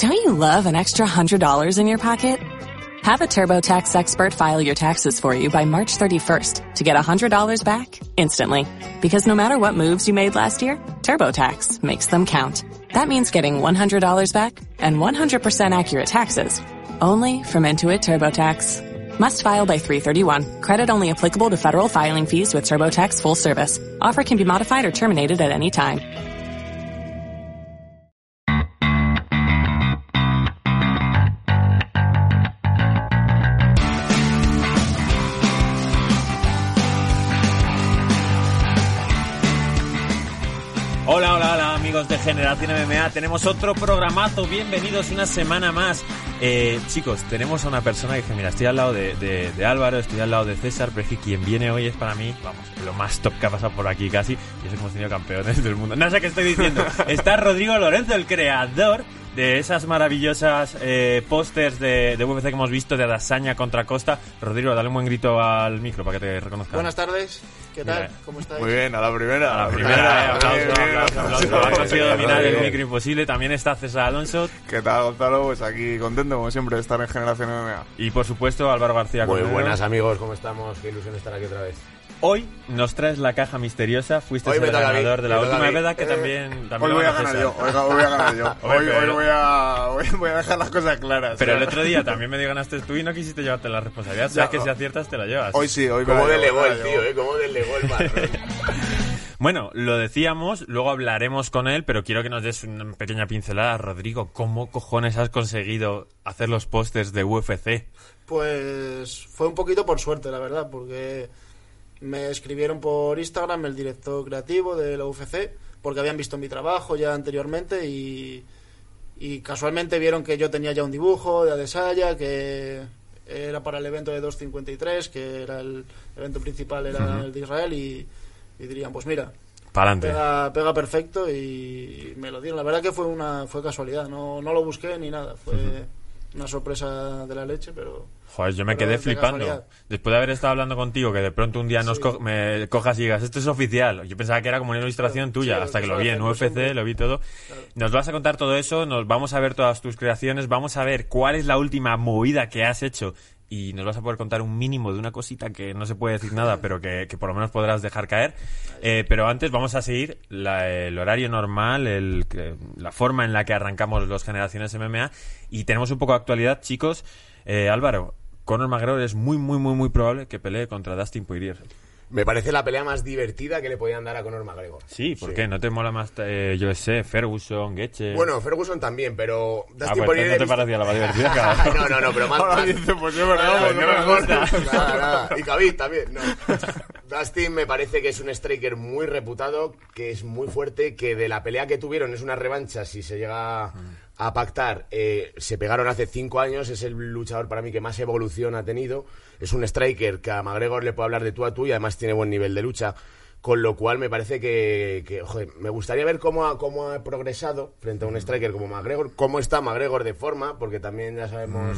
Don't you love an extra $100 in your pocket? Have a TurboTax expert file your taxes for you by March 31st to get $100 back instantly. Because no matter what moves you made last year, TurboTax makes them count. That means getting $100 back and 100% accurate taxes, only from Intuit TurboTax. Must file by 3/31. Credit only applicable to federal filing fees with TurboTax full service. Offer can be modified or terminated at any time. Hola amigos de Generación MMA, tenemos otro programazo, bienvenidos una semana más. Chicos, tenemos a una persona que dice, mira, estoy al lado de Álvaro, estoy al lado de César, pero es que quien viene hoy es para mí, vamos, lo más top que ha pasado por aquí casi, y eso que hemos tenido campeones del mundo. No sé qué estoy diciendo. Está Rodrigo Lorenzo, el creador de esas maravillosas pósters de UFC que hemos visto de Adesanya contra Costa. Rodrigo, dale un buen grito al micro para que te reconozcan. Buenas tardes, ¿qué tal? Mira. ¿Cómo estáis? Muy bien, a la primera. Aplauso. Ha conseguido dominar el micro imposible. También está César Alonso. ¿Qué tal, Gonzalo? Pues aquí contento, como siempre, de estar en Generación MMA. Y por supuesto, Álvaro García. Muy buenas, amigos, ¿cómo estamos? Qué ilusión estar aquí otra vez. Hoy nos traes la caja misteriosa. Fuiste Hoy el ganador de la última. Es verdad que también hoy voy a ganar yo. Hoy voy a ganar yo. Hoy voy a dejar las cosas claras. Pero el otro día también medio ganaste tú y no quisiste llevarte la responsabilidad. Sabes que si aciertas te la llevas. Hoy sí, hoy ¿Cómo delegó el tío, cómo delegó el marrón? Bueno, lo decíamos, luego hablaremos con él, pero quiero que nos des una pequeña pincelada. Rodrigo, ¿cómo cojones has conseguido hacer los pósters de UFC? Pues fue un poquito por suerte, la verdad, porque me escribieron por Instagram el director creativo de la UFC, porque habían visto mi trabajo ya anteriormente y casualmente vieron que yo tenía ya un dibujo de Adesanya, que era para el evento de 253, que era el evento principal, era el de Israel, y dirían, pues mira, pa'lante. Pega perfecto, y me lo dieron. La verdad que fue casualidad, no lo busqué ni nada, fue una sorpresa de la leche, pero... Joder, yo me quedé flipando. Después de haber estado hablando contigo, que de pronto un día me cojas y digas, esto es oficial. Yo pensaba que era como una ilustración tuya, hasta que lo vi en UFC, lo vi todo. Claro. Nos vas a contar todo eso, nos vamos a ver todas tus creaciones, vamos a ver cuál es la última movida que has hecho y nos vas a poder contar un mínimo de una cosita que no se puede decir nada, pero que por lo menos podrás dejar caer. Pero antes vamos a seguir el horario normal, la forma en la que arrancamos los Generaciones MMA, y tenemos un poco de actualidad, chicos. Álvaro, Conor McGregor es muy probable que pelee contra Dustin Poirier. Me parece la pelea más divertida que le podían dar a Conor McGregor. Sí, ¿por qué? ¿No te mola más, yo qué sé, Ferguson, Gaethje? Bueno, Ferguson también, pero Dustin Poirier... ¿No te parecía la más divertida? Claro. No, pero más... Ahora dice, pues es verdad, no me gusta. Nada. Y Khabib también, no. Dustin me parece que es un striker muy reputado, que es muy fuerte, que de la pelea que tuvieron es una revancha, si se llega a pactar, se pegaron hace 5 años, es el luchador para mí que más evolución ha tenido, es un striker que a McGregor le puede hablar de tú a tú y además tiene buen nivel de lucha, con lo cual me parece que joder, me gustaría ver cómo ha progresado frente a un striker como McGregor, cómo está McGregor de forma, porque también ya sabemos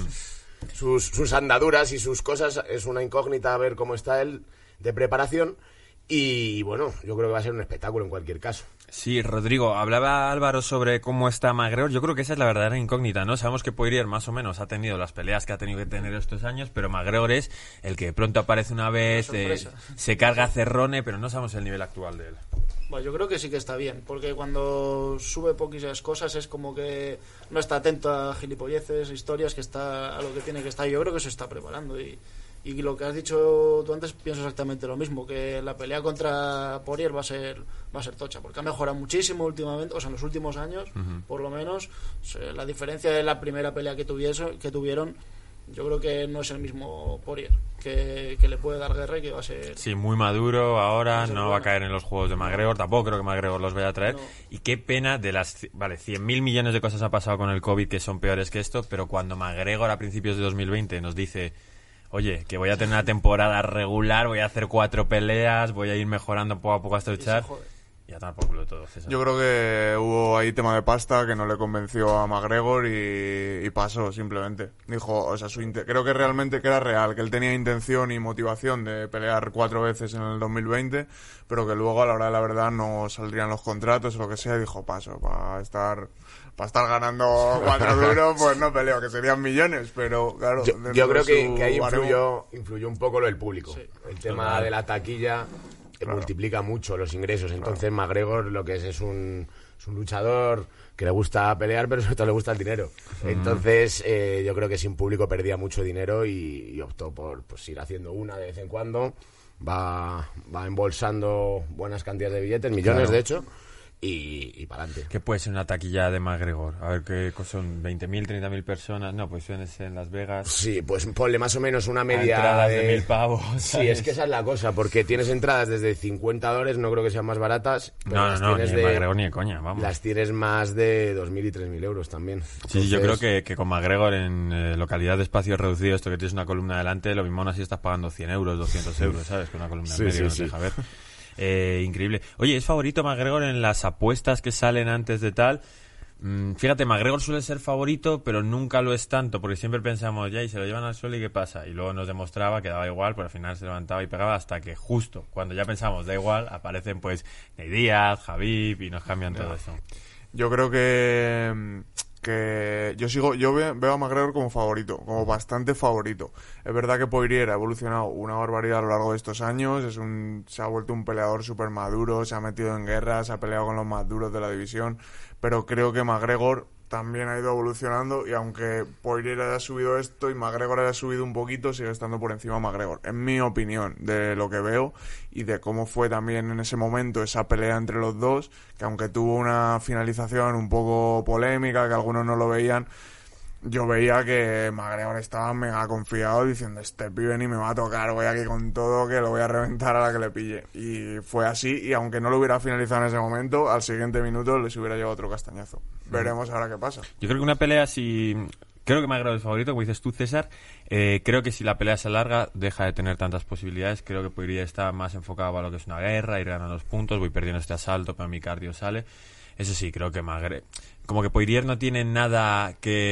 sus andaduras y sus cosas, es una incógnita a ver cómo está él de preparación. Y bueno, yo creo que va a ser un espectáculo en cualquier caso. Sí, Rodrigo, hablaba Álvaro sobre cómo está McGregor. Yo creo que esa es la verdadera incógnita, ¿no? Sabemos que Poirier más o menos ha tenido las peleas que ha tenido que tener estos años, pero McGregor es el que de pronto aparece una vez, se carga a Cerrone, pero no sabemos el nivel actual de él. Bueno, yo creo que sí que está bien, porque cuando sube poquísimas cosas es como que no está atento a gilipolleces, historias, que está a lo que tiene que estar. Yo creo que se está preparando y lo que has dicho tú antes, pienso exactamente lo mismo, que la pelea contra Poirier va a ser tocha, porque ha mejorado muchísimo últimamente, o sea, en los últimos años, por lo menos. O sea, la diferencia de la primera pelea que tuvieron, yo creo que no es el mismo Poirier, que le puede dar guerra y que va a ser... Sí, muy maduro ahora, no va a caer en los juegos de McGregor, tampoco creo que McGregor los vaya a traer. No. Y qué pena de las... Vale, 100.000 millones de cosas ha pasado con el COVID que son peores que esto, pero cuando McGregor a principios de 2020 nos dice... Oye, que voy a tener una temporada regular, voy a hacer 4 peleas, voy a ir mejorando poco a poco hasta luchar. y a tomar por culo todo, César. Yo creo que hubo ahí tema de pasta que no le convenció a McGregor y pasó simplemente. Dijo, o sea, creo que realmente que era real, que él tenía intención y motivación de pelear 4 veces en el 2020, pero que luego a la hora de la verdad no saldrían los contratos o lo que sea, y dijo, paso, para estar ganando 4 duros, pues no peleo, que serían millones, pero claro. Yo creo que ahí influyó un poco lo del público. Sí. El tema de la taquilla multiplica mucho los ingresos. Entonces McGregor lo que es un luchador que le gusta pelear, pero sobre todo le gusta el dinero. Entonces yo creo que sin público perdía mucho dinero y optó por pues, ir haciendo una de vez en cuando. Va embolsando buenas cantidades de billetes, millones de hecho, y para adelante. ¿Qué puede ser una taquilla de McGregor? A ver, ¿qué son? ¿20.000, 30.000 personas? No, pues suelen ser en Las Vegas. Sí, pues ponle más o menos una media entradas de 1.000 pavos. Sí, es que esa es la cosa, porque tienes entradas desde $50, no creo que sean más baratas. No, ni de McGregor ni de coña, vamos. Las tienes más de 2.000 y 3.000 euros también. Sí, entonces, yo creo que con McGregor en localidad de espacio reducido, esto que tienes una columna delante, lo mismo aún así estás pagando 100 euros, 200 euros, ¿sabes? Con una columna en medio, no te deja ver. Increíble. Oye, ¿es favorito McGregor en las apuestas que salen antes de tal? Fíjate, McGregor suele ser favorito, pero nunca lo es tanto, porque siempre pensamos, ya, y se lo llevan al suelo y ¿qué pasa? Y luego nos demostraba que daba igual, pero al final se levantaba y pegaba hasta que justo cuando ya pensamos, da igual, aparecen pues Ney Díaz, Khabib y nos cambian todo eso. Yo creo que yo veo a McGregor como favorito, como bastante favorito. Es verdad que Poirier ha evolucionado una barbaridad a lo largo de estos años, se ha vuelto un peleador súper maduro, se ha metido en guerra, se ha peleado con los más duros de la división, pero creo que McGregor también ha ido evolucionando y aunque Poirier haya subido esto y McGregor haya subido un poquito, sigue estando por encima de McGregor, en mi opinión, de lo que veo y de cómo fue también en ese momento esa pelea entre los dos, que aunque tuvo una finalización un poco polémica, que algunos no lo veían, yo veía que McGregor estaba mega confiado diciendo, este pibe ni me va a tocar, voy aquí con todo, que lo voy a reventar a la que le pille. Y fue así, y aunque no lo hubiera finalizado en ese momento, al siguiente minuto les hubiera llevado otro castañazo. Veremos ahora qué pasa. Yo creo que una pelea, creo que McGregor es favorito, como dices tú, César. Creo que si la pelea se alarga, deja de tener tantas posibilidades. Creo que podría estar más enfocado a lo que es una guerra, ir ganando los puntos, voy perdiendo este asalto, pero mi cardio sale. Eso sí, creo que McGregor... Como que Poirier no tiene nada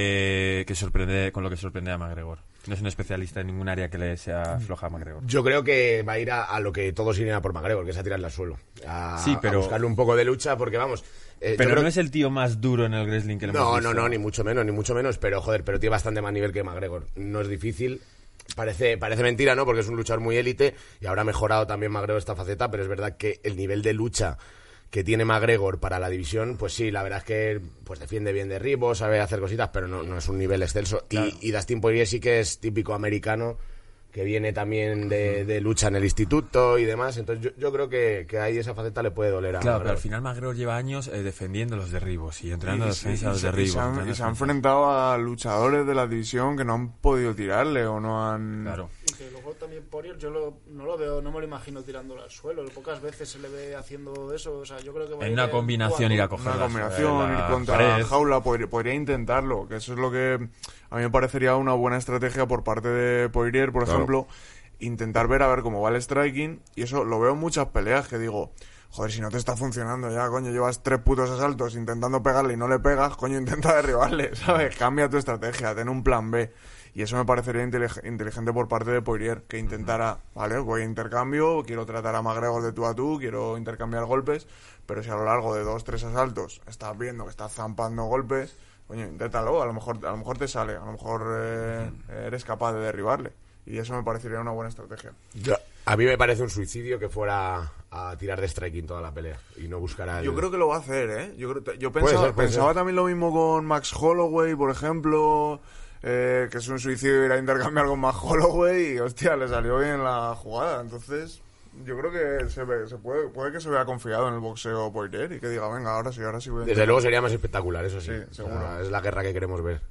que sorprender con lo que sorprende a McGregor. No es un especialista en ningún área que le sea floja a McGregor. Yo creo que va a ir a lo que todos irían a por McGregor, que es a tirarle al suelo. Sí, pero... a buscarle un poco de lucha, porque vamos... pero no es el tío más duro en el wrestling que le hemos visto. No, ni mucho menos, pero tiene bastante más nivel que McGregor. No es difícil... Parece mentira, ¿no? Porque es un luchador muy élite y habrá mejorado también McGregor esta faceta, pero es verdad que el nivel de lucha que tiene McGregor para la división, pues sí, la verdad es que pues defiende bien derribos, sabe hacer cositas, pero no es un nivel excelso. Claro. Y Dustin Poirier sí que es típico americano, que viene también de lucha en el instituto y demás, entonces yo creo que ahí esa faceta le puede doler a Claro, McGregor. Pero al final McGregor lleva años defendiendo los derribos y entrenando defensa de los derribos. Y se ha enfrentado a luchadores de la división que no han podido tirarle o no han... Claro. Y que luego también Poirier no lo veo, no me lo imagino tirándolo al suelo. Pocas veces se le ve haciendo eso, o sea, yo creo que va en una combinación ir a coger una combinación, ir contra la jaula, podría intentarlo, que eso es lo que a mí me parecería una buena estrategia por parte de Poirier, por ejemplo, intentar ver a ver cómo va el striking, y eso lo veo en muchas peleas que digo, joder, si no te está funcionando ya, coño, llevas 3 putos asaltos intentando pegarle y no le pegas, coño, intenta derribarle, ¿sabes? Cambia tu estrategia, ten un plan B. Y eso me parecería inteligente por parte de Poirier, que intentara, vale, voy a intercambio, quiero tratar a McGregor de tú a tú, quiero intercambiar golpes, pero si a lo largo de 2-3 asaltos estás viendo que estás zampando golpes, coño, inténtalo, a lo mejor te sale, a lo mejor eres capaz de derribarle. Y eso me parecería una buena estrategia. A mí me parece un suicidio que fuera a tirar de striking toda la pelea y no buscar a... Yo creo que lo va a hacer, ¿eh? Yo Puede pensaba ser. también lo mismo con Max Holloway, por ejemplo... que es un suicidio ir a intercambiar con Max Holloway y hostia, le salió bien la jugada. Entonces yo creo que puede que se vea confiado en el boxeo Poirier y que diga, venga, ahora sí voy a... Desde luego sería más espectacular, eso sí. Sí, seguro. O sea, es la guerra que queremos ver.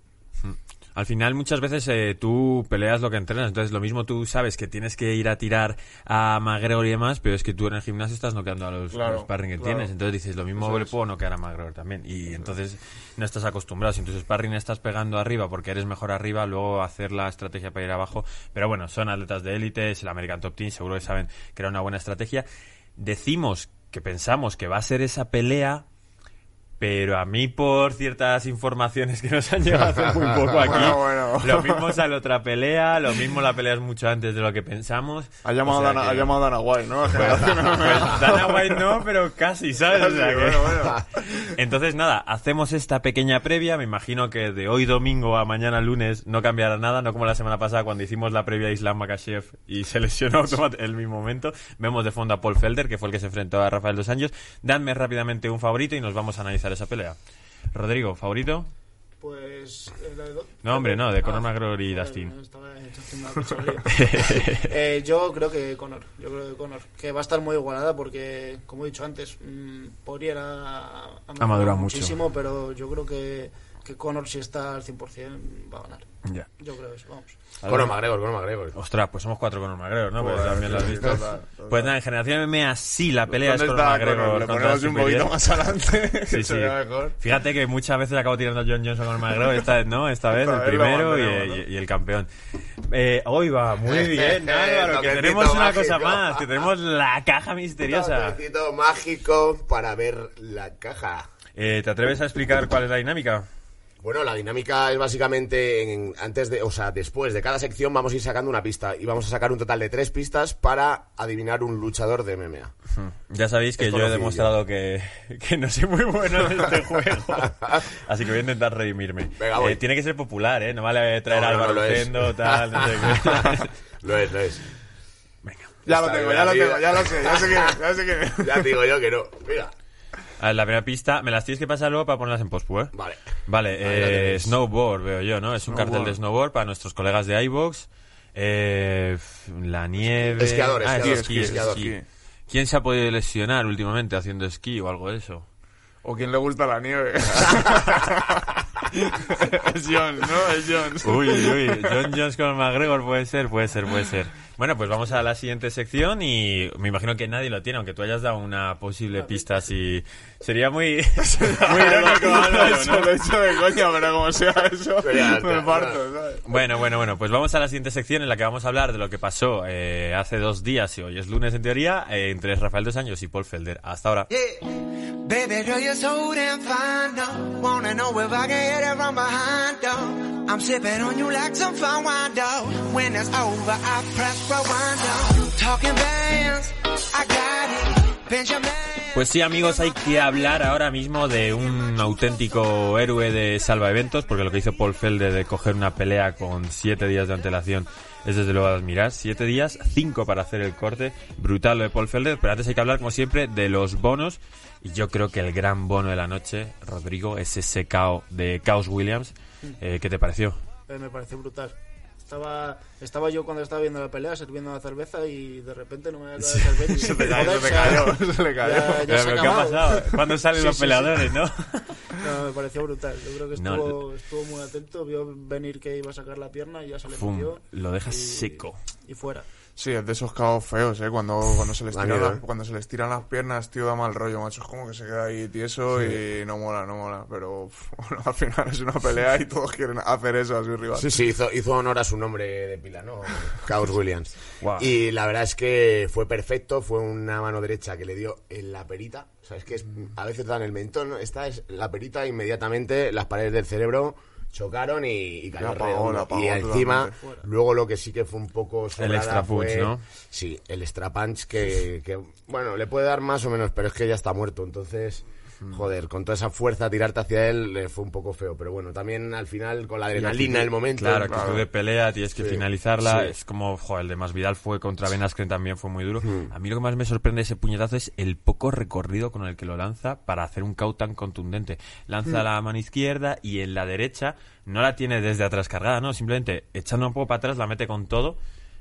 Al final muchas veces tú peleas lo que entrenas, entonces lo mismo tú sabes que tienes que ir a tirar a McGregor y demás, pero es que tú en el gimnasio estás noqueando a los sparring que tienes, entonces dices lo mismo le puedo noquear a McGregor también y entonces no estás acostumbrado, si en tus sparring estás pegando arriba porque eres mejor arriba, luego hacer la estrategia para ir abajo, pero bueno, son atletas de élite, es el American Top Team, seguro que saben que era una buena estrategia. Decimos que pensamos que va a ser esa pelea, pero a mí, por ciertas informaciones que nos han llegado hace muy poco aquí, Bueno. lo mismo sale otra pelea, lo mismo la pelea es mucho antes de lo que pensamos. Ha llamado a Dana White, ¿no? Pues Dana White no, pero casi, ¿sabes? O sea que... bueno. Entonces, nada, hacemos esta pequeña previa. Me imagino que de hoy domingo a mañana lunes no cambiará nada, no como la semana pasada cuando hicimos la previa a Islam Makhachev y se lesionó en el mismo momento. Vemos de fondo a Paul Felder, que fue el que se enfrentó a Rafael dos Anjos. Dadme rápidamente un favorito y nos vamos a analizar esa pelea. Rodrigo, ¿favorito? Pues... No, hombre, no, de Conor McGregor y Dustin. Yo creo que Conor. Que va a estar muy igualada porque, como he dicho antes, Poirier ha madurado muchísimo, pero yo creo que Conor, si está al 100%, va a ganar. Ya. Yo creo eso, vamos. Conor McGregor. Ostras, pues somos 4 Conor McGregor, ¿no? Pues Joder, también lo has visto. total. Pues nada, en Generación MMA sí, la pelea es ¿Dónde Conor está McGregor Conor? Le contra ponemos un Superior. poquito más adelante. Sí, que sí. sería mejor. Fíjate que muchas veces acabo tirando a John Jones con McGregor, esta vez no, esta vez el lo primero mantenemos, ¿no? y el campeón. Hoy va, muy bien, Álvaro, que Toquecito tenemos una mágico. cosa más, que tenemos la caja misteriosa. Un toquecito mágico para ver la caja. ¿Te atreves a explicar cuál es la dinámica? Bueno, la dinámica es básicamente después de cada sección vamos a ir sacando una pista y vamos a sacar un total de 3 pistas para adivinar un luchador de MMA. Ya sabéis que Es yo he conocido. demostrado que no soy muy bueno en este juego, así que voy a intentar redimirme. Venga, voy. Tiene que ser popular, no vale traer a No, Álvaro lo es. Lucendo, tal, no sé qué. Lo es. Venga. Ya lo Está tengo, bien, ya lo amigo. tengo, ya lo sé, ya sé quién es. Ya te digo yo que no. Mira. A ver, la primera pista, me las tienes que pasar luego para ponerlas en pospu, ¿eh? Vale. Vale, Ahí la tenéis. snowboard veo yo, ¿no? Es un cartel de snowboard para nuestros colegas de iVoox. La nieve... Esquiador, esquí. esquiador. ¿Quién se ha podido lesionar últimamente haciendo esquí o algo de eso? O quién le gusta la nieve. Es Jones, ¿no? Es Jones. Uy, John Jones con McGregor puede ser. Bueno, pues vamos a la siguiente sección y me imagino que nadie lo tiene, aunque tú hayas dado una posible pista así. Sería muy irónico, Álvaro, Eso ¿no? lo he hecho de coña, pero como sea eso, Sería- me parto, ¿sabes? Bueno, pues vamos a la siguiente sección en la que vamos a hablar de lo que pasó hace 2 días, y hoy es lunes en teoría, entre Rafael dos Anjos y Paul Felder. Hasta ahora. Baby girl, you're so damn fine, no. Wanna know if I can hit it from behind, though. I'm sipping on you like some fine wine, though. When it's over, I press rewind, though. Talking bands, I got it. Benjamin. Pues sí, amigos, hay que hablar ahora mismo de un auténtico héroe de salvaeventos, porque lo que hizo Paul Felder de coger una pelea con 7 días de antelación es desde luego de admirar. 7 días, 5 para hacer el corte. Brutal lo de Paul Felder, pero antes hay que hablar, como siempre, de los bonos. Y yo creo que el gran bono de la noche, Rodrigo, es ese KO de Khaos Williams. ¿Qué te pareció? Me pareció brutal. Estaba yo cuando estaba viendo la pelea sirviendo una cerveza y de repente no me había quedado cerveza y Se le joder, cayó, o sea, se le cayó. ya se Pero, ¿qué ha acabado. pasado? ¿Cuándo salen los peleadores, no? No, me pareció brutal. Yo creo que No, estuvo muy atento, vio venir que iba a sacar la pierna y ya se le Fum, metió. lo dejas y- seco. Y fuera. Sí, es de esos caos feos, cuando se les Da tiran miedo, cuando se les tiran las piernas, tío, da mal rollo, macho. Es como que se queda ahí tieso y no mola. Pero bueno, al final es una pelea y todos quieren hacer eso a su rival. Sí, hizo honor a su nombre de pila, ¿no? Khaos Williams. Wow. Y la verdad es que fue perfecto, fue una mano derecha que le dio en la perita. O sea, es que a veces dan el mentón, ¿no? Esta es la perita, inmediatamente las paredes del cerebro chocaron y cayó La apagó, redondo. la apagó Y encima, totalmente. luego lo que sí que fue un poco sobrada extra punch, fue- ¿no? Sí, el extra punch que, bueno, le puede dar más o menos, pero es que ya está muerto, entonces... Joder, con toda esa fuerza tirarte hacia él fue un poco feo, pero bueno, también al final con la adrenalina, el momento. Claro, actitud de pelea, tienes que Sí, finalizarla. sí. Es como, joder, el de Masvidal fue contra Ben Askren, también fue muy duro. A mí lo que más me sorprende de ese puñetazo es el poco recorrido con el que lo lanza para hacer un KO tan contundente. Lanza la mano izquierda y en la derecha no la tiene desde atrás cargada, ¿no? Simplemente echando un poco para atrás la mete con todo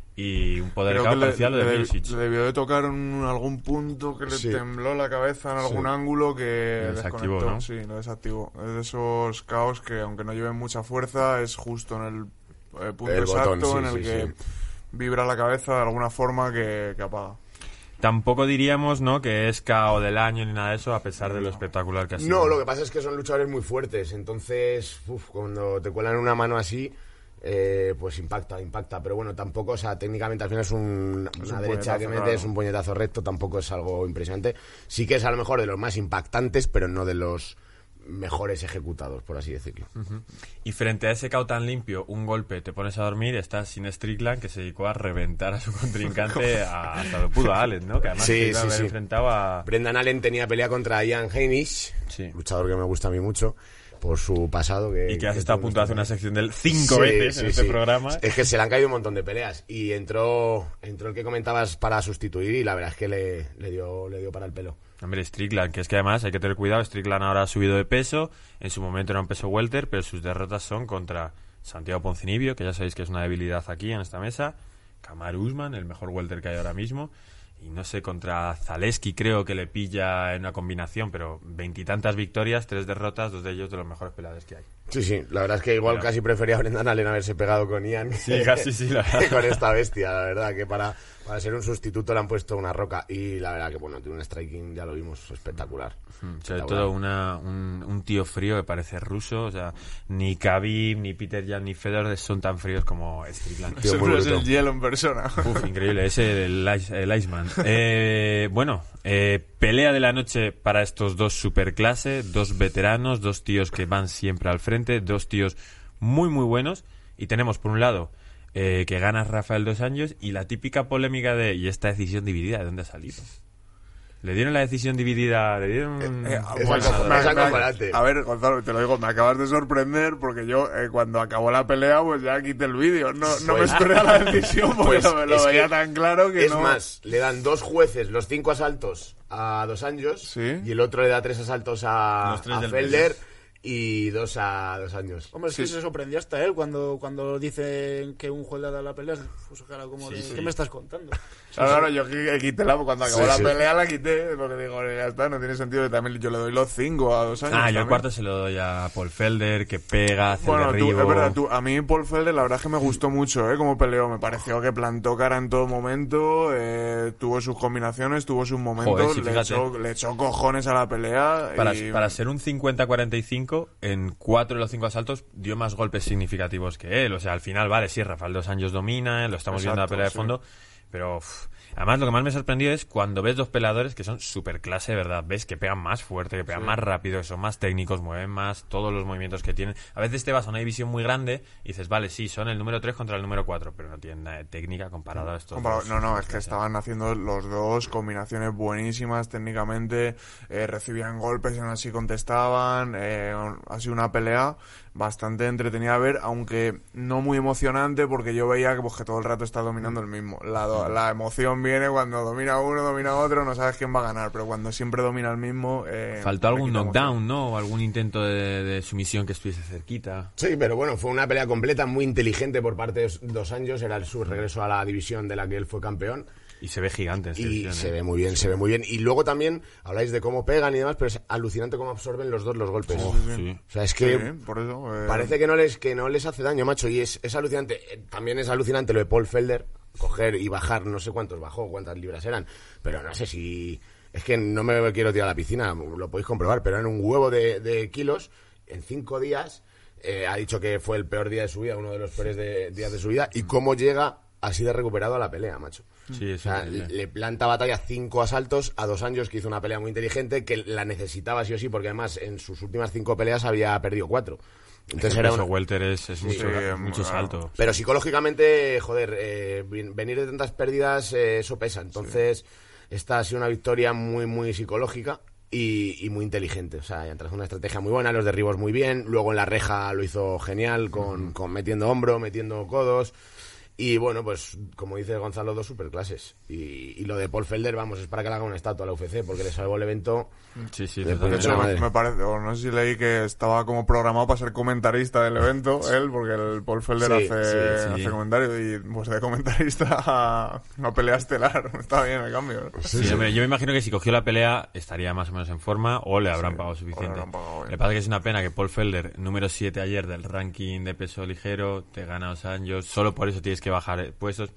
y un poder de Creo KO que parcial de Miocic. le debió de tocar en algún punto que le Sí. tembló la cabeza en algún ángulo que Lo desactivó, desconectó. ¿no? Sí, lo desactivó. Es de esos caos que, aunque no lleven mucha fuerza, es justo en el punto El exacto botón, sí, en el sí, que sí. vibra la cabeza de alguna forma que apaga. Tampoco diríamos, ¿no?, que es KO del año ni nada de eso, a pesar de lo espectacular que ha sido. No, lo que pasa es que son luchadores muy fuertes, entonces, cuando te cuelan una mano así, pues impacta, pero bueno, tampoco, o sea, técnicamente al final es una derecha que mete, claro. es un puñetazo recto, tampoco es algo impresionante. Sí que es a lo mejor de los más impactantes, pero no de los mejores ejecutados, por así decirlo. Y frente a ese KO tan limpio, un golpe, te pones a dormir, estás sin Strickland, que se dedicó a reventar a su contrincante hasta lo pudo a Allen, ¿no? Que además se iba a haber enfrentado a... Brendan Allen tenía pelea contra Ian Heinisch, luchador que me gusta a mí mucho por su pasado. Y que has estado a punto de hacer una sección del 5 veces en este programa. Es que se le han caído un montón de peleas. Y entró el que comentabas para sustituir y la verdad es que le dio para el pelo. Hombre, Strickland, que es que además hay que tener cuidado. Strickland ahora ha subido de peso. En su momento era un peso welter, pero sus derrotas son contra Santiago Poncinibio, que ya sabéis que es una debilidad aquí en esta mesa. Kamaru Usman, el mejor welter que hay ahora mismo. Y no sé, contra Zaleski creo que le pilla en una combinación, pero 20 y tantas victorias, 3 derrotas, 2 de ellos de los mejores peleadores que hay. Sí, la verdad es que igual casi prefería a Brendan Allen haberse pegado con Ian. Sí, casi sí, la verdad. Con esta bestia, la verdad, que para ser un sustituto le han puesto una roca. Y la verdad que, bueno, tiene un striking, ya lo vimos, espectacular. Sobre todo un tío frío que parece ruso, o sea, ni Khabib, ni Peter Yan, ni Fedor son tan fríos como Strickland. Siempre es el hielo en persona. Uf, increíble, ese el Iceman. Pelea de la noche para estos dos superclase, 2 veteranos, 2 tíos que van siempre al frente, 2 tíos muy muy buenos. Y tenemos por un lado que gana Rafael dos Anjos y la típica polémica de ¿y esta decisión dividida de dónde ha salido? ¿Le dieron la decisión dividida? ¿Le dieron...? A ver, Gonzalo, te lo digo, me acabas de sorprender porque yo cuando acabó la pelea pues ya quité el vídeo. No me esperé a la decisión porque Pues lo veía tan claro que es más, le dan 2 jueces los 5 asaltos a dos Anjos, ¿sí? Y el otro le da 3 asaltos a Los 3 del Felder y 2 a dos Anjos. Hombre, es que se sorprendió hasta él cuando dicen que un juez le ha dado la pelea. Pues cara como de, ¿qué me estás contando? Claro, yo quité cuando acabó la pelea la quité, porque digo, ya está, no tiene sentido que también yo le doy los 5 a 2 Anjos. Yo el cuarto se lo doy a Paul Felder, que pega, hace bueno, el derribo. Es verdad, a mí Paul Felder la verdad es que me gustó mucho, como peleó, me pareció que plantó cara en todo momento, tuvo sus combinaciones, tuvo sus momentos, Joder, sí, le echó cojones a la pelea. Para ser un 50-45, en 4 de los 5 asaltos dio más golpes significativos que él. O sea, al final, vale, sí, Rafael dos Anjos domina, lo estamos viendo en la pelea de fondo, pero además lo que más me sorprendió es cuando ves 2 peleadores que son super clase, de verdad, ves que pegan más fuerte, que pegan más rápido, que son más técnicos, mueven más todos los movimientos que tienen. A veces te vas a una división muy grande y dices, vale, sí, son el número 3 contra el número 4, pero no tienen nada de técnica comparado a estos dos. No, es que estaban haciendo los 2 combinaciones buenísimas técnicamente, recibían golpes y aún así contestaban, ha sido una pelea bastante entretenida a ver, aunque no muy emocionante porque yo veía que todo el rato está dominando el mismo. La emoción viene cuando domina uno, domina otro, no sabes quién va a ganar, pero cuando siempre domina el mismo... Faltó algún knockdown, ¿no? O algún intento de sumisión que estuviese cerquita. Sí, pero bueno, fue una pelea completa, muy inteligente por parte de dos Anjos, era su regreso a la división de la que él fue campeón. Y se ve gigante. Y se ve muy bien. Y luego también habláis de cómo pegan y demás, pero es alucinante cómo absorben los 2 los golpes. Sí. O sea, es que por eso, parece que no les hace daño, macho, y es alucinante. También es alucinante lo de Paul Felder, coger y bajar, no sé cuántos bajó, cuántas libras eran, pero no sé si... Es que no me quiero tirar a la piscina, lo podéis comprobar, pero eran un huevo de kilos en 5 días. Ha dicho que fue el peor día de su vida, uno de los peores días de su vida, y cómo llega así de recuperado a la pelea, macho. Sí, o sea, le planta batalla 5 asaltos a dos Anjos, que hizo una pelea muy inteligente, que la necesitaba sí o sí, porque además en sus últimas 5 peleas había perdido 4. Entonces era welter es mucho salto. Pero psicológicamente, joder, venir de tantas pérdidas, eso pesa. Entonces, esta ha sido una victoria muy, muy psicológica y muy inteligente. O sea, tras una estrategia muy buena, los derribos muy bien. Luego en la reja lo hizo genial, con metiendo hombro, metiendo codos. Y bueno, pues como dice Gonzalo, 2 superclases. Y lo de Paul Felder, vamos, es para que le haga una estatua a la UFC, porque le salvó el evento. Sí, de hecho, me parece, o no sé si leí que estaba como programado para ser comentarista del evento, él, porque el Paul Felder hace comentario, y pues de comentarista a pelea estelar. Está bien el cambio. Yo me imagino que si cogió la pelea estaría más o menos en forma, o le habrán pagado suficiente. Le pasa que es una pena que Paul Felder, número 7 ayer del ranking de peso ligero, te gana 2 años, solo por eso tienes que bajar puestos.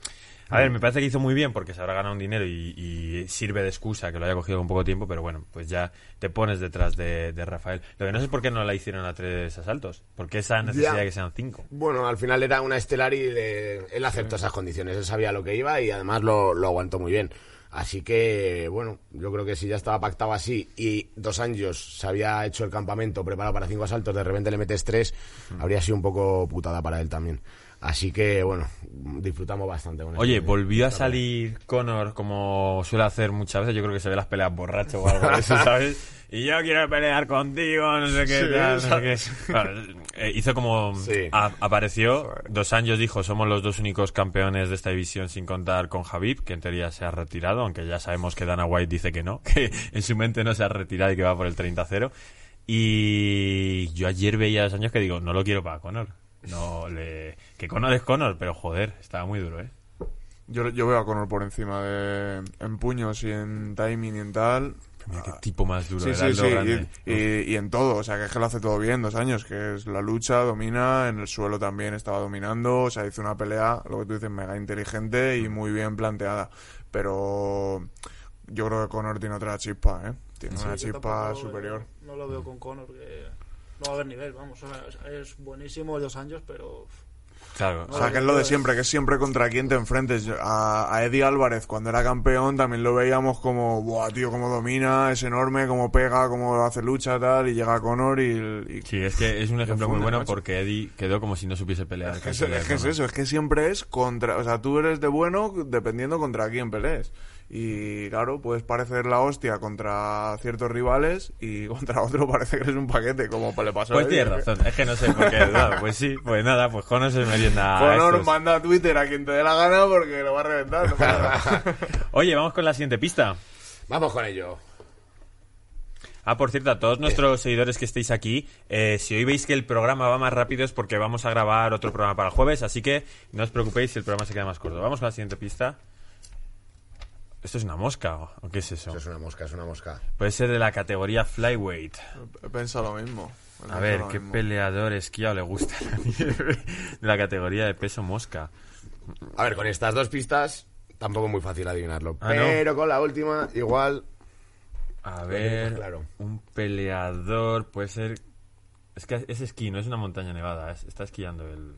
A ver, me parece que hizo muy bien porque se habrá ganado un dinero y sirve de excusa que lo haya cogido con poco tiempo, pero bueno, pues ya te pones detrás de Rafael. Lo que no sé es por qué no la hicieron a 3 asaltos. ¿Por qué esa necesidad de que sean 5? Bueno, al final era una estelar y él aceptó esas condiciones. Él sabía lo que iba y además lo aguantó muy bien. Así que, bueno, yo creo que si ya estaba pactado así y 2 años se había hecho el campamento preparado para 5 asaltos, de repente le metes 3, habría sido un poco putada para él también. Así que, bueno, disfrutamos bastante con eso. Oye, volvió a salir Conor como suele hacer muchas veces. Yo creo que se ve las peleas borracho o algo de eso, ¿sabes? Y yo quiero pelear contigo, no sé qué, tal, no sé qué. Bueno, hizo como... Sí. Apareció, 2 años dijo, somos los 2 únicos campeones de esta división sin contar con Khabib, que en teoría se ha retirado, aunque ya sabemos que Dana White dice que no, que en su mente no se ha retirado y que va por el 30-0. Y yo ayer veía 2 años que digo, no lo quiero para Conor. Que Conor es Conor, pero joder, estaba muy duro, ¿eh? Yo veo a Conor por encima en puños y en timing y en tal. Mira qué tipo más duro. Sí, y en todo, o sea, que es que lo hace todo bien, 2 años, que es la lucha, domina, en el suelo también estaba dominando, o sea, hizo una pelea, lo que tú dices, mega inteligente y muy bien planteada, pero yo creo que Conor tiene otra chispa, ¿eh? Tiene una chispa superior. No lo veo con Conor, que no va a haber nivel, vamos, o sea, es buenísimo 2 años, pero... Claro. O sea, que es lo de siempre, que es siempre contra quien te enfrentes. A Eddie Álvarez, cuando era campeón, también lo veíamos como, buah, tío, cómo domina, es enorme, cómo pega, cómo hace lucha, tal, y llega Conor y sí, es que es un ejemplo muy bueno, macho, porque Eddie quedó como si no supiese pelear. Es eso, es que siempre es contra... O sea, tú eres de bueno dependiendo contra quién pelees. Y claro, puedes parecer la hostia contra ciertos rivales y contra otro parece que eres un paquete, como le pasó pues a tienes razón, es que no sé por qué. Claro, pues sí, pues nada, pues Conor se merienda. Conor manda a Twitter a quien te dé la gana porque lo va a reventar. ¿No? Oye, vamos con la siguiente pista. Vamos con ello. Por cierto, a todos nuestros seguidores que estéis aquí, si hoy veis que el programa va más rápido es porque vamos a grabar otro programa para el jueves, así que no os preocupéis si el programa se queda más corto. Vamos con la siguiente pista. ¿Esto es una mosca o qué es eso? Eso es una mosca, es una mosca. Puede ser de la categoría flyweight. He pensado lo mismo. A ver, ¿qué peleador esquiado le gusta la nieve de la categoría de peso mosca? A ver, con estas 2 pistas tampoco es muy fácil adivinarlo. Pero ¿no? Con la última, igual... A ver, claro. Un peleador puede ser... Es que es esquí, no es una montaña nevada. Está esquiando el...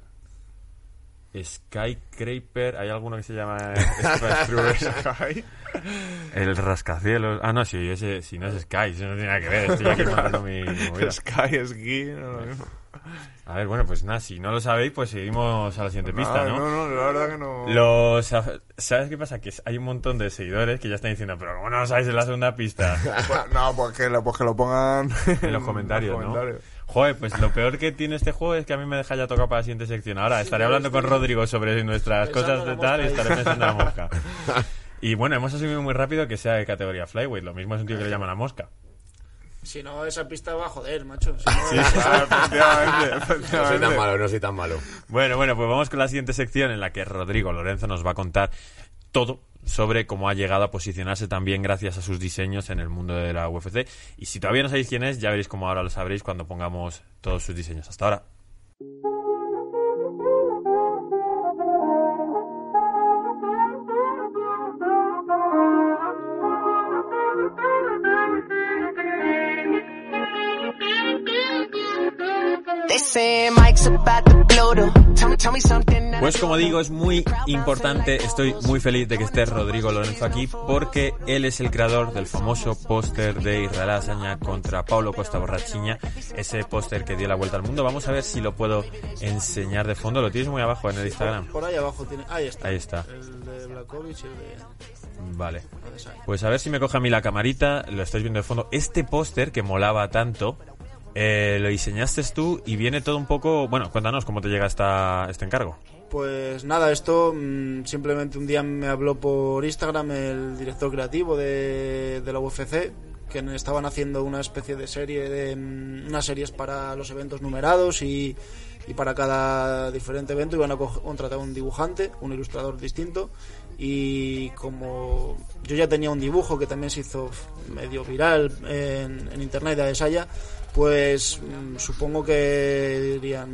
Skycraper, ¿hay alguno que se llama Sky? El rascacielos. Ah, no, sí, ese, si no es Sky, eso no tiene nada que ver. Estoy aquí montando mi movida. Sky, esquí, no lo mismo. A ver, bueno, pues nada, si no lo sabéis, pues seguimos a la siguiente pista, ¿no? No, la verdad que no. ¿Sabes qué pasa? Que hay un montón de seguidores que ya están diciendo, pero ¿cómo no lo sabéis en la segunda pista? Pues que lo pongan en los comentarios, ¿no? Joder, pues lo peor que tiene este juego es que a mí me deja ya tocar para la siguiente sección. Ahora estaré hablando con Rodrigo sobre nuestras cosas de tal y estaré pensando en la mosca. Y bueno, hemos asumido muy rápido que sea de categoría flyweight. Lo mismo es un tío que le llaman la mosca. Si no, esa pista va a joder, macho. Si no, efectivamente. No soy tan malo. Bueno, pues vamos con la siguiente sección en la que Rodrigo Lorenzo nos va a contar todo sobre cómo ha llegado a posicionarse también gracias a sus diseños en el mundo de la UFC. Y si todavía no sabéis quién es, ya veréis cómo ahora lo sabréis cuando pongamos todos sus diseños. Hasta ahora. Pues como digo, es muy importante, estoy muy feliz de que esté Rodrigo Lorenzo aquí porque él es el creador del famoso póster de Israel Adesanya contra Paulo Costa Borrachiña, ese póster que dio la vuelta al mundo. Vamos a ver si lo puedo enseñar de fondo. Lo tienes muy abajo en el Instagram. Por ahí abajo tiene, ahí está. El de Blachowicz y el de... Vale. Pues a ver si me coge a mí la camarita, lo estáis viendo de fondo. Este póster que molaba tanto... lo diseñaste tú y viene todo un poco... Bueno, cuéntanos cómo te llega este encargo. Pues nada, esto simplemente un día me habló por Instagram el director creativo de la UFC, que estaban haciendo una especie de serie, unas series para los eventos numerados y para cada diferente evento iban a contratar un dibujante, un ilustrador distinto. Y como yo ya tenía un dibujo que también se hizo medio viral en internet de Adesanya, pues supongo que dirían, mira,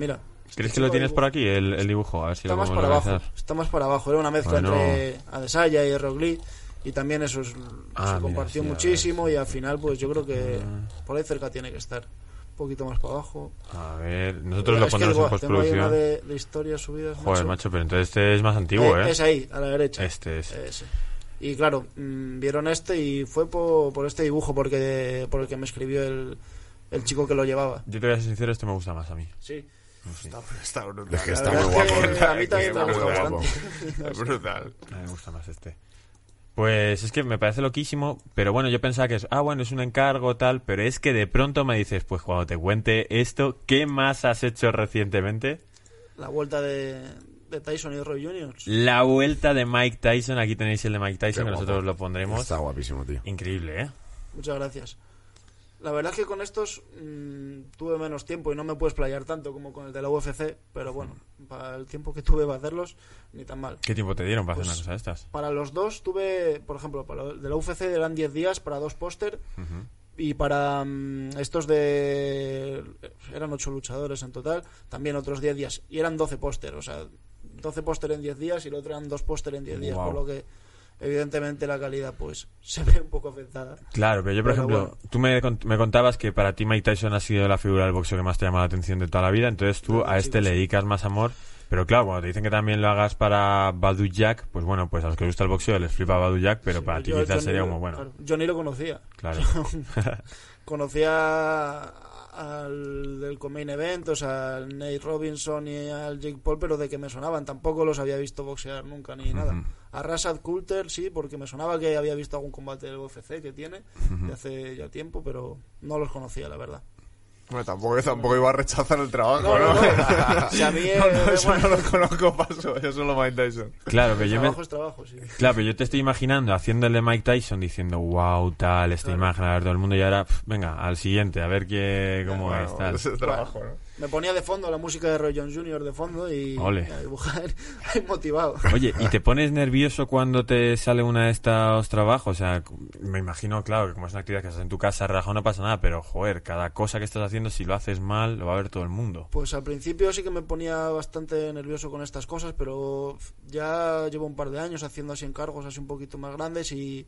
¿Crees que lo tienes por aquí, el dibujo? A ver si está lo más podemos para abajo. localizar. Está más para abajo. Era una mezcla entre Adesanya y Roglic. Y también eso se compartió muchísimo. Y al final, pues yo creo que por ahí cerca tiene que estar. Un poquito más para abajo. A ver, nosotros lo ponemos en postproducción. Tengo ahí una de historias subidas. Joder, macho, pero entonces este es más antiguo, ¿eh? Es ahí, a la derecha. Este es. Ese. Y claro, vieron este y fue por este dibujo por el que me escribió el chico que lo llevaba. Yo te voy a ser sincero, este me gusta más a mí. Sí. Está brutal. Es que está muy guapo. A mí también me gusta bastante. Es brutal. A mí me gusta más este. Pues es que me parece loquísimo, pero bueno, yo pensaba que es un encargo, tal, pero es que de pronto me dices, pues cuando te cuente esto, ¿qué más has hecho recientemente? La vuelta de Tyson y Roy Jr. La vuelta de Mike Tyson, aquí tenéis el de Mike Tyson, que guapo. nosotros lo pondremos. Está guapísimo, tío. Increíble, ¿eh? Muchas gracias. La verdad es que con estos tuve menos tiempo y no me puedes playar tanto como con el de la UFC, pero bueno, para el tiempo que tuve para hacerlos, ni tan mal. ¿Qué tiempo te dieron para hacer una cosa de estas? Para los dos tuve, por ejemplo, para el de la UFC eran 10 días para 2 póster. Y para estos eran 8 luchadores en total, también otros 10 días. Y eran 12 póster, o sea, 12 póster en 10 días y el otro eran 2 póster en 10 días, por lo que evidentemente la calidad pues se ve un poco afectada. Claro, pero yo, por ejemplo, bueno, tú me contabas que para ti Mike Tyson ha sido la figura del boxeo que más te llama la atención de toda la vida, entonces tú a este le dedicas más amor. Pero claro, cuando te dicen que también lo hagas para Badou Jack, pues bueno, pues a los que les gusta el boxeo les flipa Badou Jack, pero para ti quizás sería como, bueno... Claro, yo ni lo conocía. Claro. Conocía al del Main Event, o sea, al Nate Robinson y al Jake Paul, pero de que me sonaban. Tampoco los había visto boxear nunca ni nada. A Rashad Coulter sí, porque me sonaba que había visto algún combate del UFC que tiene de hace ya tiempo, pero no los conocía, la verdad. Bueno, tampoco iba a rechazar el trabajo, ¿no? Si a mí no lo conozco, paso. Yo solo Mike Tyson. Claro, que trabajo es trabajo, sí. Claro, pero yo te estoy imaginando haciéndole Mike Tyson diciendo, wow, tal, esta imagen, a ver todo el mundo, y ahora, venga, al siguiente, a ver cómo es, tal. Ese trabajo, ¿no? Me ponía de fondo la música de Roy Jones Jr. de fondo y a dibujar ahí motivado. Oye, ¿y te pones nervioso cuando te sale uno de estos trabajos? O sea, me imagino, claro, que como es una actividad que haces en tu casa, relajado, no pasa nada, pero joder, cada cosa que estás haciendo, si lo haces mal, lo va a ver todo el mundo. Pues al principio sí que me ponía bastante nervioso con estas cosas, pero ya llevo un par de años haciendo así encargos así un poquito más grandes y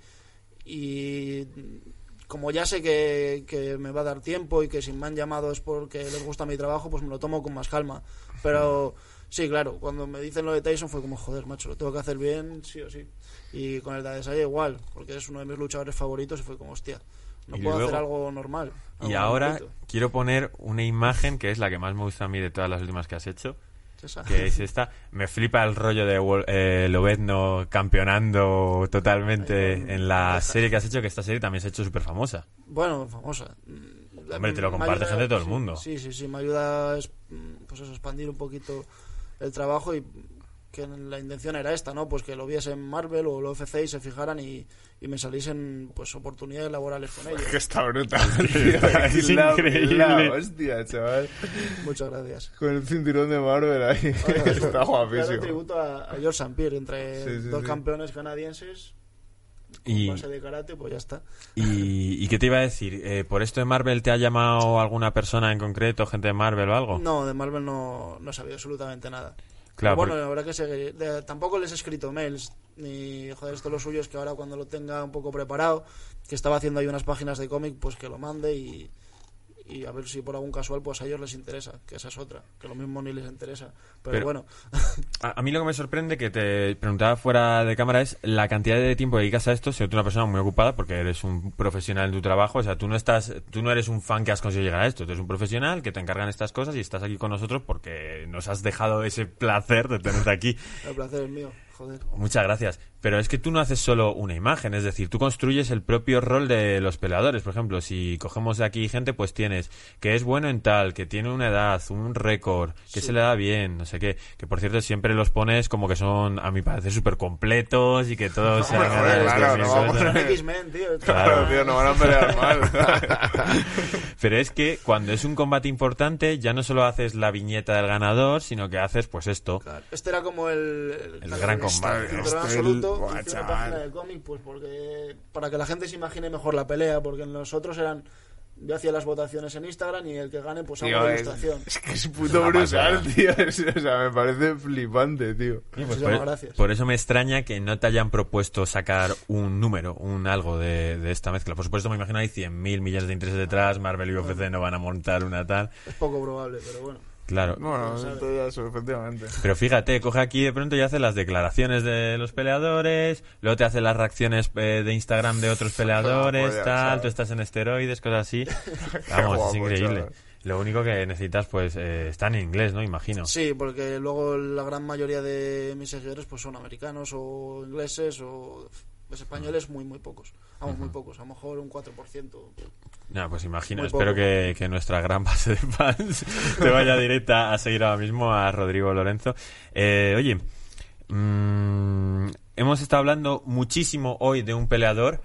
como ya sé que me va a dar tiempo y que si me han llamado es porque les gusta mi trabajo, pues me lo tomo con más calma. Pero sí, claro, cuando me dicen lo de Tyson fue como, joder, macho, lo tengo que hacer bien, sí o sí. Y con el de Adesanya igual, porque es uno de mis luchadores favoritos y fue como, hostia, no puedo hacer algo normal. Y ahora quiero poner una imagen que es la que más me gusta a mí de todas las últimas que has hecho. Que es esta. Me flipa el rollo de Lobezno campeonando totalmente en la serie que has hecho, que esta serie también se ha hecho súper famosa. Bueno, famosa. Hombre, te lo comparte gente de todo el mundo. Sí, me ayuda pues eso, expandir un poquito el trabajo y que la intención era esta, ¿no? Pues que lo viesen Marvel o el UFC y se fijaran y me saliesen pues oportunidades laborales con ellos. Que está brutal. Es increíble. Hostia, chaval. Muchas gracias. Con el cinturón de Marvel ahí. Está guapísimo. Claro, tributo a George St. Pierre entre dos campeones canadienses. Con base de karate, pues ya está. ¿Y qué te iba a decir? ¿Por esto de Marvel te ha llamado alguna persona en concreto, gente de Marvel o algo? No, de Marvel no sabía absolutamente nada. Claro, bueno, la verdad que tampoco les he escrito mails ni, joder, esto lo suyo es que ahora cuando lo tenga un poco preparado, que estaba haciendo ahí unas páginas de cómic, pues que lo mande y a ver si por algún casual pues a ellos les interesa, que esa es otra, que lo mismo ni les interesa, pero bueno. A mí lo que me sorprende, que te preguntaba fuera de cámara, es la cantidad de tiempo que dedicas a esto, siendo tú una persona muy ocupada, porque eres un profesional en tu trabajo, o sea, tú no eres un fan que has conseguido llegar a esto, tú eres un profesional que te encargan estas cosas y estás aquí con nosotros porque nos has dejado ese placer de tenerte aquí. El placer es mío. Joder. Muchas gracias. Pero es que tú no haces solo una imagen, es decir, tú construyes el propio rol de los peleadores. Por ejemplo, si cogemos de aquí gente, pues tienes que es bueno en tal, que tiene una edad, un récord, que se le da bien, no sé qué. Que por cierto siempre los pones como que son, a mi parecer, súper completos y que todos se hagan X-Men, tío. Claro, tío, no van a pelear mal. Pero es que cuando es un combate importante, ya no solo haces la viñeta del ganador, sino que haces pues esto. Claro. Este era como el gran combate. Absoluto. Hice una página de cómic pues porque para que la gente se imagine mejor la pelea, porque en los otros eran yo hacía las votaciones en Instagram y el que gane pues hago Tío, la ilustración. es que es puto brutal, tío. O sea, me parece flipante, tío. Pues Muchísimas gracias. por eso me extraña que no te hayan propuesto sacar un número, un algo de esta mezcla. Por supuesto, me imagino hay 100.000 millones de intereses detrás, Marvel y UFC no van a montar una tal. Es poco probable, pero bueno. Claro. Bueno, todo eso, efectivamente. Pero fíjate, coge aquí de pronto y hace las declaraciones de los peleadores, luego te hace las reacciones de Instagram de otros peleadores, Joder, tal, ¿sabes? tú estás en esteroides, cosas así. Vamos, guapo, es increíble. chaval. Lo único que necesitas, pues, está en inglés, ¿no? Imagino. Sí, porque luego la gran mayoría de mis seguidores pues son americanos o ingleses o los españoles muy pocos. Vamos, muy pocos, a lo mejor un 4%. No, pues imagino. Muy Espero poco. que nuestra gran base de fans te vaya directa a seguir ahora mismo a Rodrigo Lorenzo. Oye, hemos estado hablando muchísimo hoy de un peleador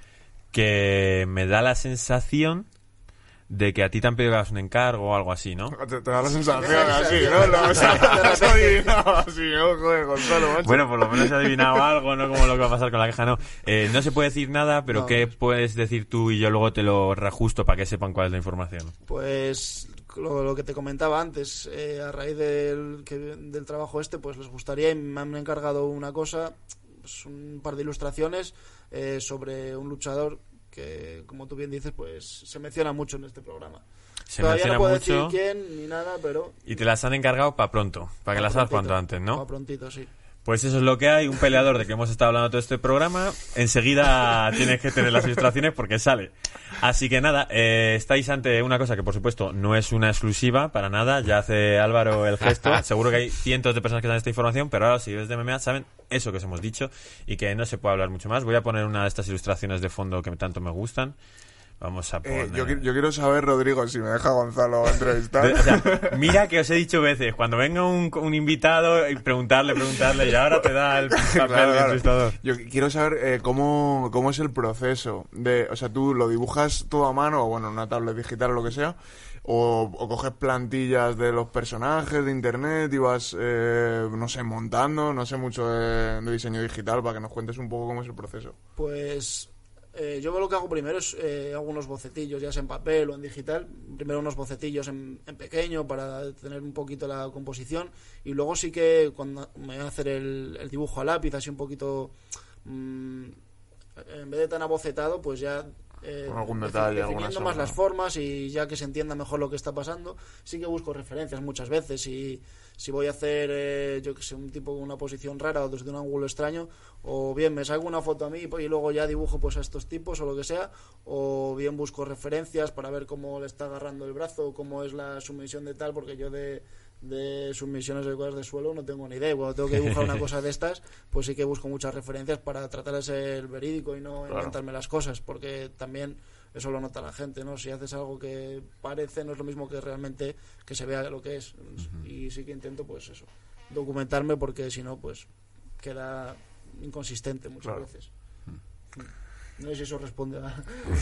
que me da la sensación de que a ti te han pedido que hagas un encargo o algo así, ¿no? Te da la sensación así, ¿no? Lo has adivinado así, ¿no? Joder, Gonzalo, macho. Bueno, por lo menos he adivinado algo, ¿no? Como lo que va a pasar con la queja, no. No se puede decir nada, pero No. ¿qué puedes decir tú y yo luego te lo reajusto para que sepan cuál es la información? Pues lo que te comentaba antes, a raíz del trabajo pues les gustaría y me han encargado una cosa, pues un par de ilustraciones sobre un luchador que, como tú bien dices, pues se menciona mucho en este programa. Se Todavía menciona no puedo mucho decir quién ni nada, pero... y te las han encargado para pronto, para que las hagas cuanto antes, ¿no? Para prontito, sí. Pues eso es lo que hay, un peleador de que hemos estado hablando todo este programa, enseguida tienes que tener las ilustraciones porque sale. Así que nada, estáis ante una cosa que por supuesto no es una exclusiva para nada, ya hace Álvaro el gesto, seguro que hay cientos de personas que saben esta información, pero ahora los seguidores de MMA saben eso que os hemos dicho y que no se puede hablar mucho más. Voy a poner una de estas ilustraciones de fondo que tanto me gustan. Vamos a poner... Yo quiero saber, Rodrigo, si me deja Gonzalo entrevistar. O sea, mira que os he dicho veces, cuando venga un invitado, y preguntarle, y ahora te da el papel Claro, de claro. entrevistador. Yo quiero saber cómo es el proceso de, o sea, tú lo dibujas todo a mano, o bueno, en una tablet digital o lo que sea, o coges plantillas de los personajes de internet y vas, no sé, montando, no sé mucho de diseño digital, para que nos cuentes un poco cómo es el proceso. Pues yo lo que hago primero es hago unos bocetillos, ya sea en papel o en digital. Primero unos bocetillos en pequeño para tener un poquito la composición y luego sí que cuando me voy a hacer el dibujo a lápiz, así un poquito en vez de tan abocetado, pues ya Con algún detalle, alguna definiendo sombra, más las ¿no? formas y ya que se entienda mejor lo que está pasando. Sí que busco referencias muchas veces y si voy a hacer yo que sé, un tipo con una posición rara o desde un ángulo extraño, o bien me salgo una foto a mí y luego ya dibujo pues a estos tipos o lo que sea, o bien busco referencias para ver cómo le está agarrando el brazo, cómo es la sumisión de tal, porque yo de sumisiones de cosas de suelo no tengo ni idea. Cuando tengo que dibujar una cosa de estas, pues sí que busco muchas referencias para tratar de ser verídico y no inventarme las cosas, porque también eso lo nota la gente, ¿no? Si haces algo que parece, no es lo mismo que realmente que se vea lo que es. Y sí que intento, pues eso, documentarme, porque si no, pues queda inconsistente muchas veces. No sé si eso responde a...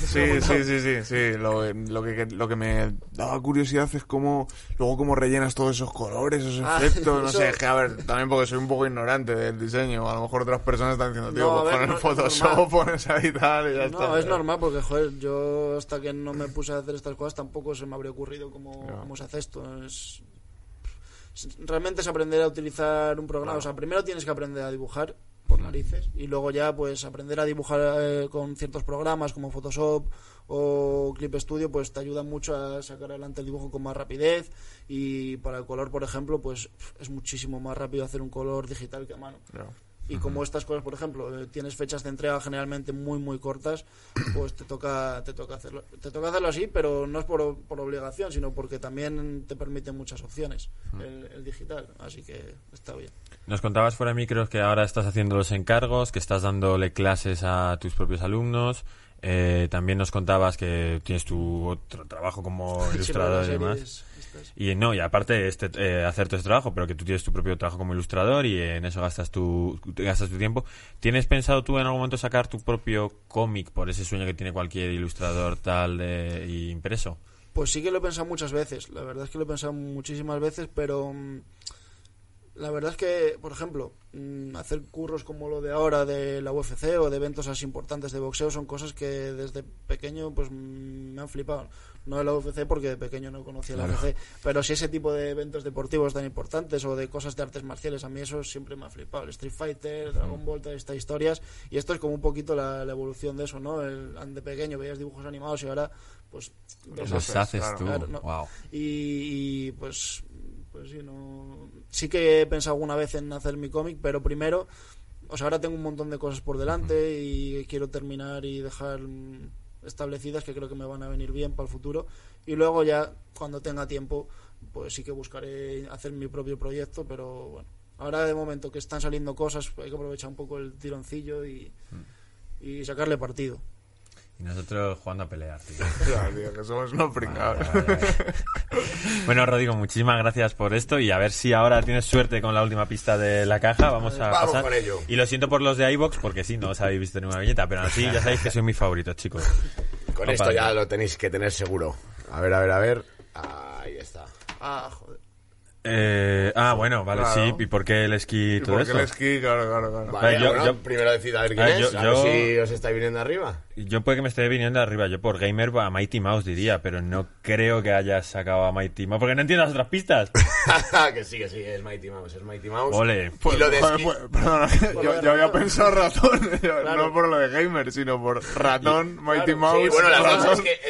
Sí. Lo que me daba curiosidad es cómo rellenas todos esos colores, esos efectos, no eso- sé, es que a ver, también porque soy un poco ignorante del diseño, a lo mejor otras personas están diciendo, tío, No, a pues ver, poner no, Photoshop, normal. pones ahí tal y ya está. No, es normal porque, joder, yo hasta que no me puse a hacer estas cosas tampoco se me habría ocurrido cómo se hace esto. Realmente es aprender a utilizar un programa. O sea, primero tienes que aprender a dibujar por narices y luego ya pues aprender a dibujar con ciertos programas como Photoshop o Clip Studio, pues te ayuda mucho a sacar adelante el dibujo con más rapidez. Y para el color, por ejemplo, pues es muchísimo más rápido hacer un color digital que a mano. Y como estas cosas, por ejemplo, tienes fechas de entrega generalmente muy cortas, pues te toca hacerlo. Te toca hacerlo así, pero no es por obligación, sino porque también te permite muchas opciones el digital, así que está bien. Nos contabas fuera de micros que ahora estás haciendo los encargos, que estás dándole clases a tus propios alumnos. También nos contabas que tienes tu otro trabajo como ilustrador y demás. Y aparte hacer todo este trabajo, pero que tú tienes tu propio trabajo como ilustrador y en eso gastas tu tiempo. ¿Tienes pensado tú en algún momento sacar tu propio cómic por ese sueño que tiene cualquier ilustrador tal y impreso? Pues sí que lo he pensado muchas veces, la verdad es que lo he pensado muchísimas veces, pero la verdad es que, por ejemplo, hacer curros como lo de ahora de la UFC o de eventos así importantes de boxeo son cosas que desde pequeño pues me han flipado. no de la UFC porque de pequeño no conocía la UFC, pero sí ese tipo de eventos deportivos tan importantes o de cosas de artes marciales, a mí eso siempre me ha flipado. El Street Fighter, Dragon Ball, todas estas historias, y esto es como un poquito la evolución de eso, ¿no? De pequeño veías dibujos animados y ahora pues los haces tú. Claro, ¿no? Wow. Y pues sí, no, sí que he pensado alguna vez en hacer mi cómic, pero primero, o sea, ahora tengo un montón de cosas por delante y quiero terminar y dejar establecidas que creo que me van a venir bien para el futuro, y luego ya cuando tenga tiempo pues sí que buscaré hacer mi propio proyecto, pero bueno, ahora de momento que están saliendo cosas hay que aprovechar un poco el tironcillo y sacarle partido. Y nosotros jugando a pelear, tío. Ya, tío, que somos unos pringados. Vale. Bueno, Rodrigo, muchísimas gracias por esto y a ver si ahora tienes suerte con la última pista de la caja. Vamos pasar. Con ello. Y lo siento por los de iVoox porque sí, no os habéis visto ninguna viñeta, pero así ya sabéis que soy mis favoritos, chicos. Con esto ya lo tenéis que tener seguro. A ver. Ahí está. Joder. Bueno, vale, Claro. sí. ¿Y por qué el esquí y todo eso? Porque el esquí, claro. Vale, yo- bueno, yo- primero decid a ver quién es, a ver si os está viniendo arriba. Yo puede que me esté viniendo arriba. Yo por gamer a Mighty Mouse diría, pero no creo que hayas sacado a Mighty Mouse porque no entiendo las otras pistas. que sí, es Mighty Mouse, Ole. Y lo de Joder, esquí... perdona, yo había pensado ratón, no por lo de gamer, sino por ratón, Mighty Mouse. Sí, bueno, las ratón. dos, es que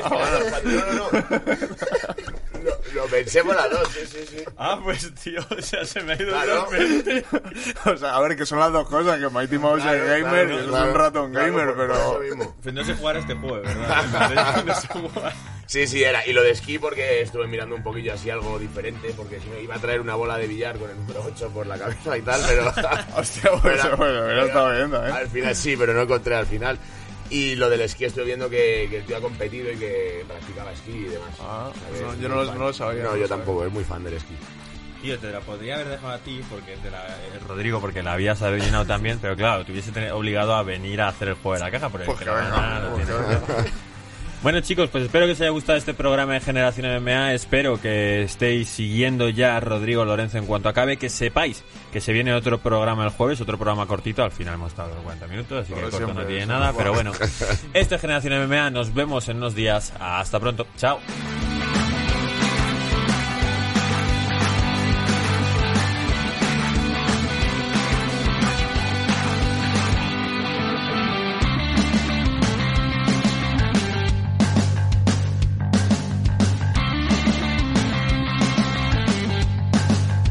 no. Lo pensé por las dos, sí. Ah, pues tío, o sea, se me ha ido Claro. O sea, a ver, que son las dos cosas, que Mighty Mouse Claro, es gamer claro, y es claro, un ratón claro, gamer, por pero... eso mismo. Pues no sé jugar a este juego, ¿verdad? No sé jugar. Sí, era. Y lo de esquí porque estuve mirando un poquillo así algo diferente, porque si me iba a traer una bola de billar con el número 8 por la cabeza y tal, pero... Hostia, pues hubiera estado viendo, Al final sí, pero no encontré al final. Y lo del esquí estoy viendo que el tío ha competido y que practicaba esquí y demás. Ah, ¿Sabes? no, yo no lo sabía. No, no yo lo tampoco, es muy fan del esquí. Tío, te la podría haber dejado a ti porque Rodrigo, porque la habías adivinado también, pero claro, te hubiese obligado a venir a hacer el juego de la caja. Porque Pues que venga, pues que venga. Bueno, chicos, pues espero que os haya gustado este programa de Generación MMA. Espero que estéis siguiendo ya a Rodrigo Lorenzo en cuanto acabe. Que sepáis que se viene otro programa el jueves, otro programa cortito. Al final hemos estado 40 minutos, así que Como corto siempre, no tiene sí. nada. Pero bueno, esto es Generación MMA. Nos vemos en unos días. Hasta pronto. Chao.